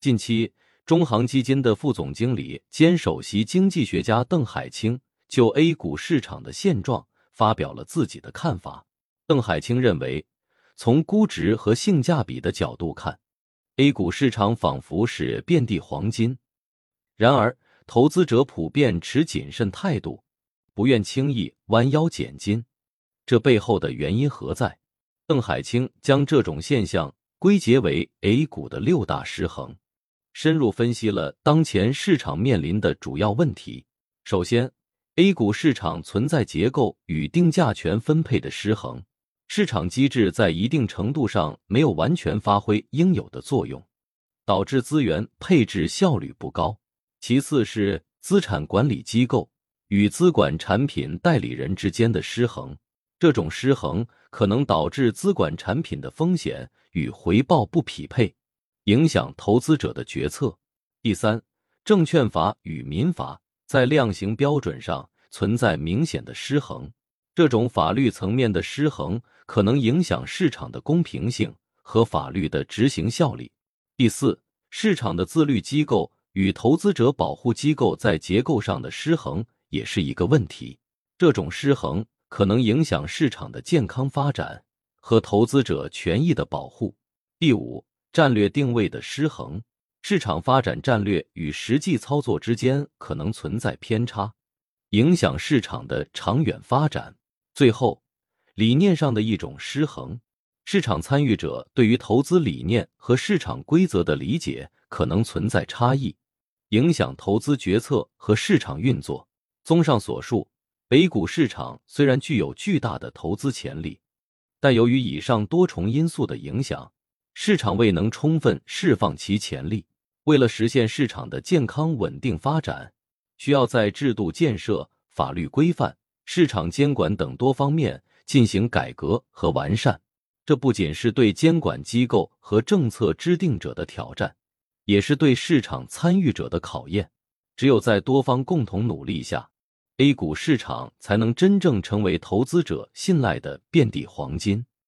近期，中航基金的副总经理兼首席经济学家邓海清就 A 股市场的现状发表了自己的看法。邓海清认为，从估值和性价比的角度看， A 股市场仿佛是遍地黄金，然而投资者普遍持谨慎态度，不愿轻易弯腰捡金，这背后的原因何在？邓海清将这种现象归结为 A 股的6大失衡，深入分析了当前市场面临的主要问题。首先， A 股市场存在结构与定价权分配的失衡，市场机制在一定程度上没有完全发挥应有的作用，导致资源配置效率不高。其次是资产管理机构与资管产品代理人之间的失衡，这种失衡可能导致资管产品的风险与回报不匹配，影响投资者的决策。第三，证券法与民法在量刑标准上存在明显的失衡，这种法律层面的失衡可能影响市场的公平性和法律的执行效力。第四，市场的自律机构与投资者保护机构在结构上的失衡也是一个问题，这种失衡可能影响市场的健康发展和投资者权益的保护。第五，战略定位的失衡，市场发展战略与实际操作之间可能存在偏差，影响市场的长远发展。最后，理念上的一种失衡，市场参与者对于投资理念和市场规则的理解可能存在差异，影响投资决策和市场运作。综上所述， A 股市场虽然具有巨大的投资潜力，但由于以上多重因素的影响，市场未能充分释放其潜力。为了实现市场的健康稳定发展，需要在制度建设、法律规范、市场监管等多方面进行改革和完善。这不仅是对监管机构和政策制定者的挑战，也是对市场参与者的考验。只有在多方共同努力下， A 股市场才能真正成为投资者信赖的遍地黄金。